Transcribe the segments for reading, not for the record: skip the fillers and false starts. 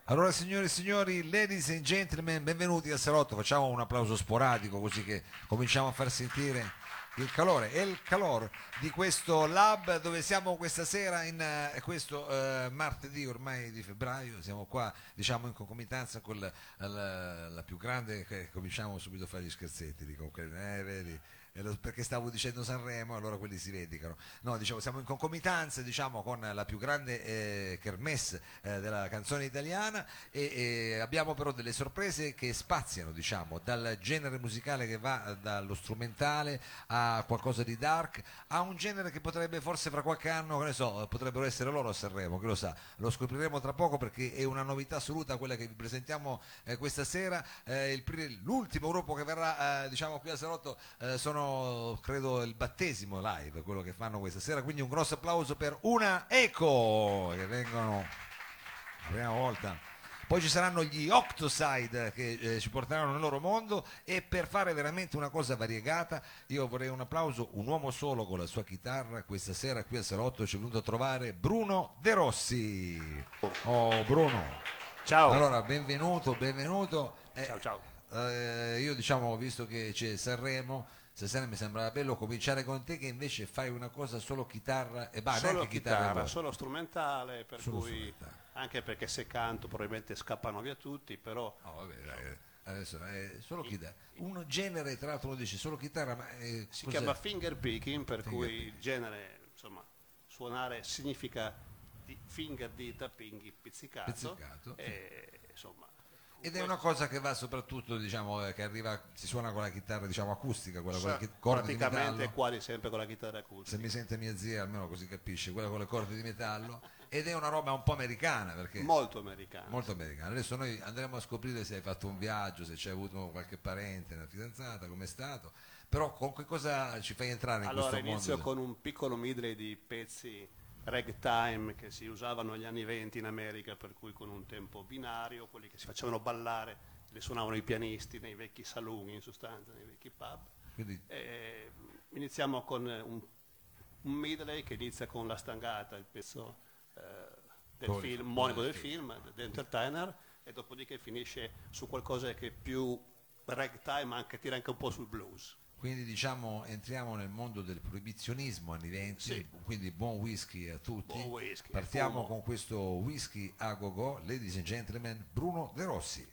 Allora, signore e signori, ladies and gentlemen, benvenuti al salotto. Facciamo un applauso sporadico così che cominciamo a far sentire il calore e il calore di questo lab dove siamo questa sera in questo martedì ormai di febbraio. Siamo qua, diciamo, in concomitanza con la più grande, che cominciamo subito a fare gli scherzetti, dico, vedi, perché stavo dicendo Sanremo, allora quelli si vendicano. No, diciamo, siamo in concomitanza, diciamo, con la più grande kermesse della canzone italiana e abbiamo però delle sorprese che spaziano, diciamo, dal genere musicale che va dallo strumentale a qualcosa di dark, a un genere che potrebbe forse fra qualche anno, che ne so, potrebbero essere loro a Sanremo, chi lo sa, lo scopriremo tra poco perché è una novità assoluta quella che vi presentiamo questa sera. L'ultimo gruppo che verrà diciamo qui al salotto sono credo il battesimo live quello che fanno questa sera, quindi un grosso applauso per Una Eco che vengono la prima volta. Poi ci saranno gli Octoside che ci porteranno nel loro mondo e per fare veramente una cosa variegata io vorrei un applauso, un uomo solo con la sua chitarra questa sera qui al salotto ci è venuto a trovare Bruno De Rossi. Oh Bruno, Ciao, allora benvenuto, benvenuto. ciao, ciao. Io diciamo, visto che c'è Sanremo, stasera mi sembrava bello cominciare con te che invece fai una cosa solo chitarra e basta, Solo neanche chitarra e chitarra, voce, solo strumentale, per solo cui strumentale. anche perché se canto probabilmente scappano via tutti, però No, vabbè, insomma, adesso è solo i- chitarra. Un genere, tra l'altro uno dice solo chitarra, ma si cos'è? chiama finger picking, per Finger cui pick. il genere, insomma, suonare significa finger dita, pinghi, pizzicato, Pizzicato, sì. e insomma, Ed è una questo, cosa che va soprattutto, diciamo, che arriva, si suona con la chitarra, diciamo, acustica, quella con le corde di praticamente metallo. quasi sempre con la chitarra Se mi acustica. sente mia zia, almeno così capisce, quella con le corde di metallo. Ed è una roba un po' americana, perché Molto americana, molto sì. americana. Adesso noi andremo a scoprire se hai fatto un viaggio, se c'hai avuto qualche parente, una fidanzata, com'è stato. Però con che cosa ci fai entrare in Allora questo inizio mondo? con un piccolo medley di pezzi ragtime che si usavano negli anni 20 in America, per cui con un tempo binario, quelli che si facevano ballare, le suonavano i pianisti nei vecchi saloni, in sostanza, nei vecchi pub. Quindi E iniziamo con un medley che inizia con La Stangata, il pezzo del film, quello omonimo del del film. film, The Entertainer, e dopodiché finisce su qualcosa che è più ragtime, ma anche tira anche un po' sul blues. Quindi diciamo entriamo nel mondo del proibizionismo anni 20, Sì, quindi buon whisky a tutti. buon whisky e Partiamo fumo. con questo whisky a go-go, ladies and gentlemen, Bruno De Rossi.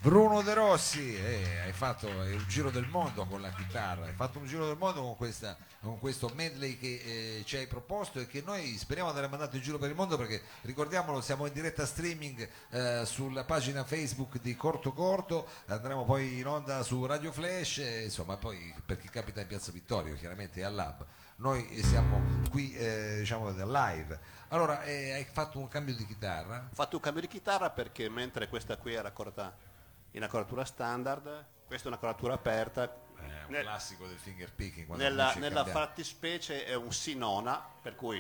Bruno De Rossi, hai fatto un giro del mondo con la chitarra, hai fatto un giro del mondo con questo medley che ci hai proposto e che noi speriamo di aver mandato in giro per il mondo, perché ricordiamolo, siamo in diretta streaming sulla pagina Facebook di Corto Corto, andremo poi in onda su Radio Flash, insomma poi per chi capita in Piazza Vittorio chiaramente è al Lab, noi siamo qui diciamo live. Allora hai fatto un cambio di chitarra? Ho fatto un cambio di chitarra perché mentre questa qui era accorata in accoratura standard, questa è un'accoratura aperta. Un classico del finger picking. Nella fattispecie è un si nona, per cui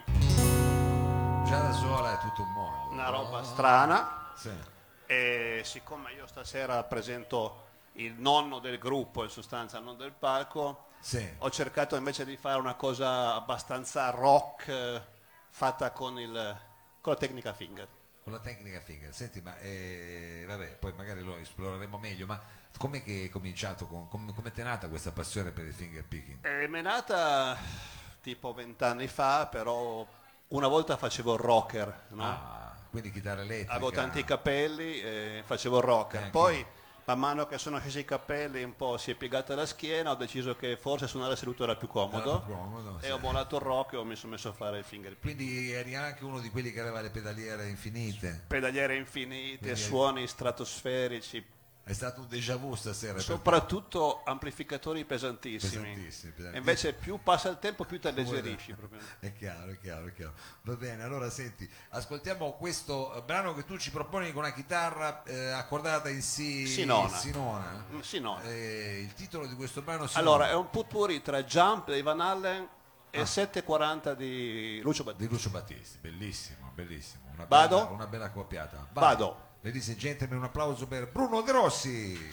già da sola è tutto un mondo. una roba strana. Sì. E siccome io stasera rappresento il nonno del gruppo, in sostanza non del palco, Sì. ho cercato invece di fare una cosa abbastanza rock, fatta con la tecnica finger. Con la tecnica finger. Senti, ma vabbè, poi magari lo esploreremo meglio, ma com'è che hai cominciato, come è nata questa passione per il finger picking? È nata tipo 20 anni fa, però una volta facevo il rocker, no? Quindi chitarra elettrica. Avevo tanti capelli e facevo il rocker. Anche Poi, man mano che sono scesi i capelli, un po' si è piegata la schiena, ho deciso che forse suonare seduto era più comodo. Era più comodo, E sì. ho mollato il rock e mi sono messo a fare il finger picking. Quindi eri anche uno di quelli che aveva le pedaliere infinite. Pedaliere infinite, Quindi- suoni stratosferici, È stato un déjà vu stasera. per te. soprattutto amplificatori pesantissimi. Pesantissimi. E invece più passa il tempo più ti alleggerisci proprio. È chiaro, è chiaro, è chiaro. Va bene, allora senti, ascoltiamo questo brano che tu ci proponi con una chitarra accordata in Si nona. sinona. Si nona. Il titolo di questo brano Allora, è un potpourri tra Jump dei Van Halen e 740 di Lucio di Battisti. Lucio Battisti, bellissimo, bellissimo. Vado? Una bella accoppiata. Vado. Ladies and gentlemen, un applauso per Bruno De Rossi.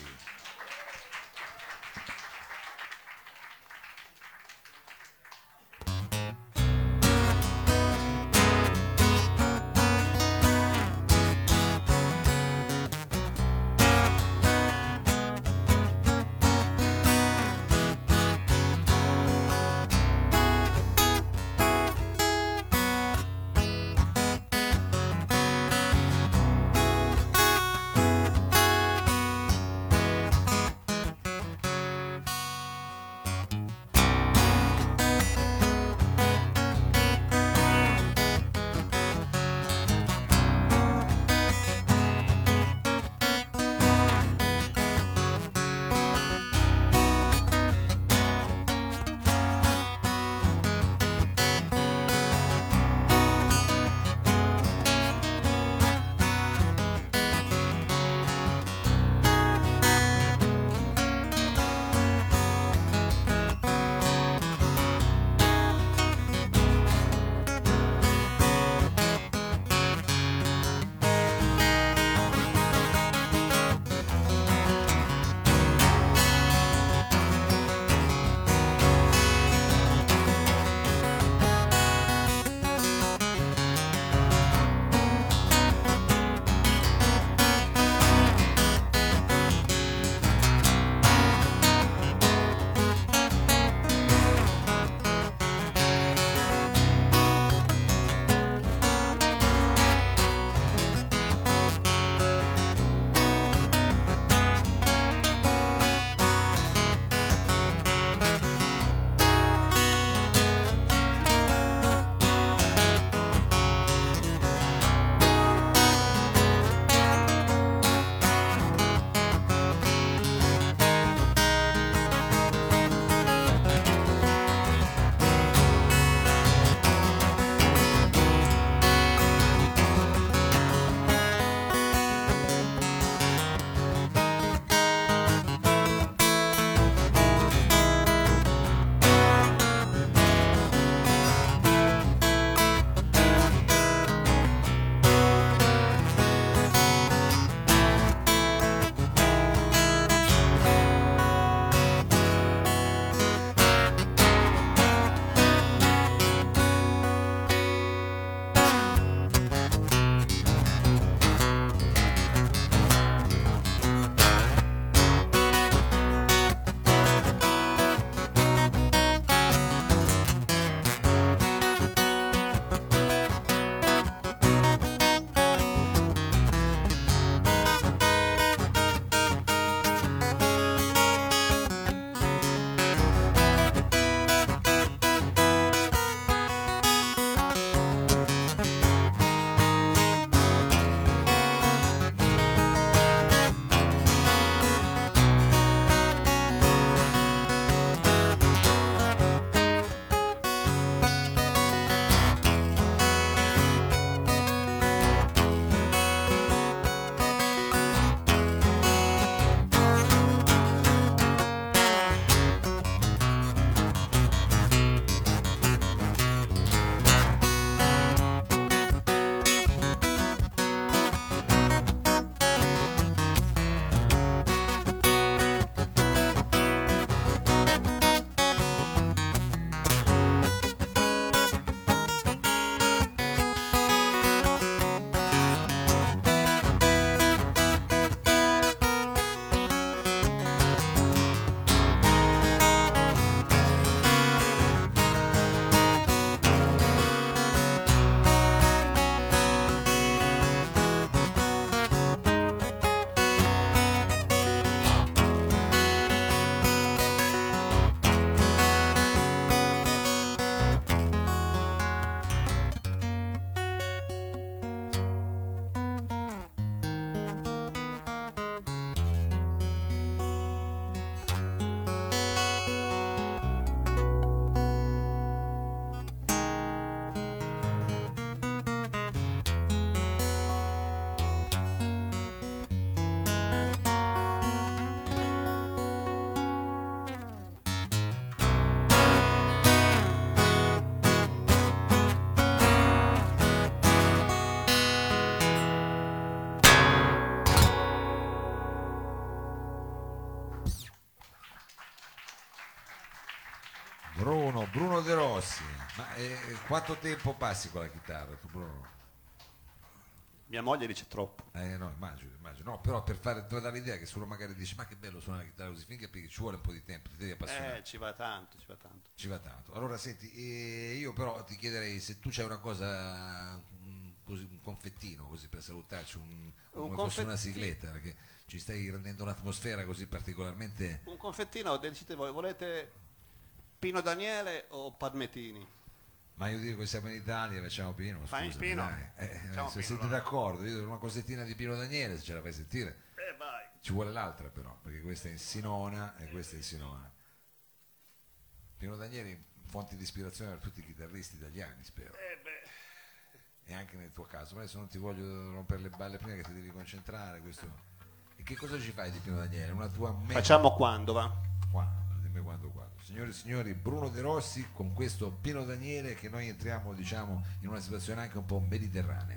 Bruno De Rossi, ma quanto tempo passi con la chitarra tu, Bruno? Mia moglie dice troppo. No, immagino. No, però per dare l'idea che solo magari dici ma che bello suonare la chitarra così, finché ci vuole un po' di tempo, ti devi appassionare. Ci va tanto, ci va tanto. Ci va tanto. Allora senti, io però ti chiederei se tu c'hai una cosa, così, un confettino così per salutarci, come fosse una sigletta, perché ci stai rendendo un'atmosfera così particolarmente... Un confettino, decidete voi, volete Pino Daniele o Padmettini? Ma io dico che siamo in Italia, facciamo Pino, Fai scusa, Pino? Facciamo se Pino, siete allora. d'accordo, io una cosettina di Pino Daniele, se ce la fai sentire. Vai. Ci vuole l'altra però, perché questa è in Sinona e questa è in Sinona. Pino Daniele, fonte di ispirazione per tutti i chitarristi italiani, spero. E anche nel tuo caso. Ma adesso non ti voglio rompere le balle prima che ti devi concentrare. E che cosa ci fai di Pino Daniele? Una tua Facciamo quando, va? Quando? Dimmi quando. Signori e signori, Bruno De Rossi con questo Pino Daniele che noi entriamo, diciamo, in una situazione anche un po' mediterranea.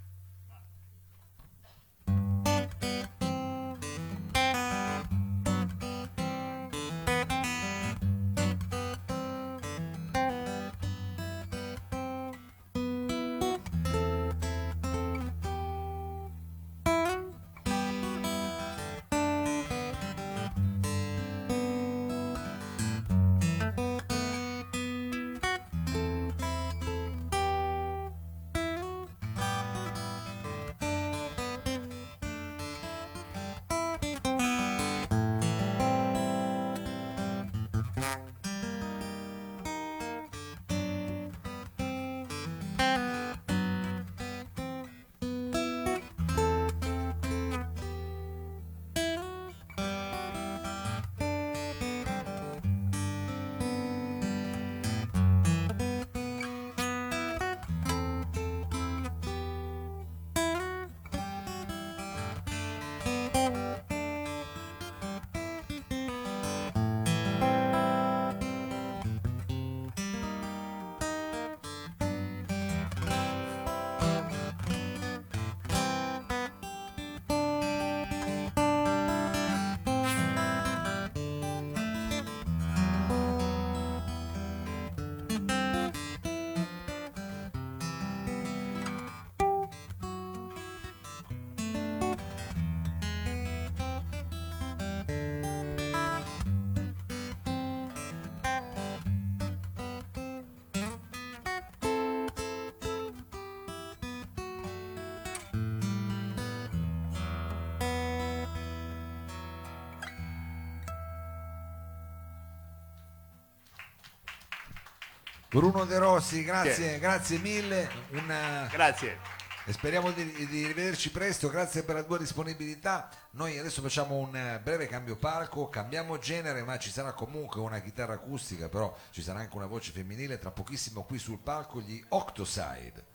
Bruno De Rossi, grazie mille. Grazie. E speriamo di rivederci presto, grazie per la tua disponibilità. Noi adesso facciamo un breve cambio palco, cambiamo genere, ma ci sarà comunque una chitarra acustica, però ci sarà anche una voce femminile. Tra pochissimo qui sul palco gli Octoside.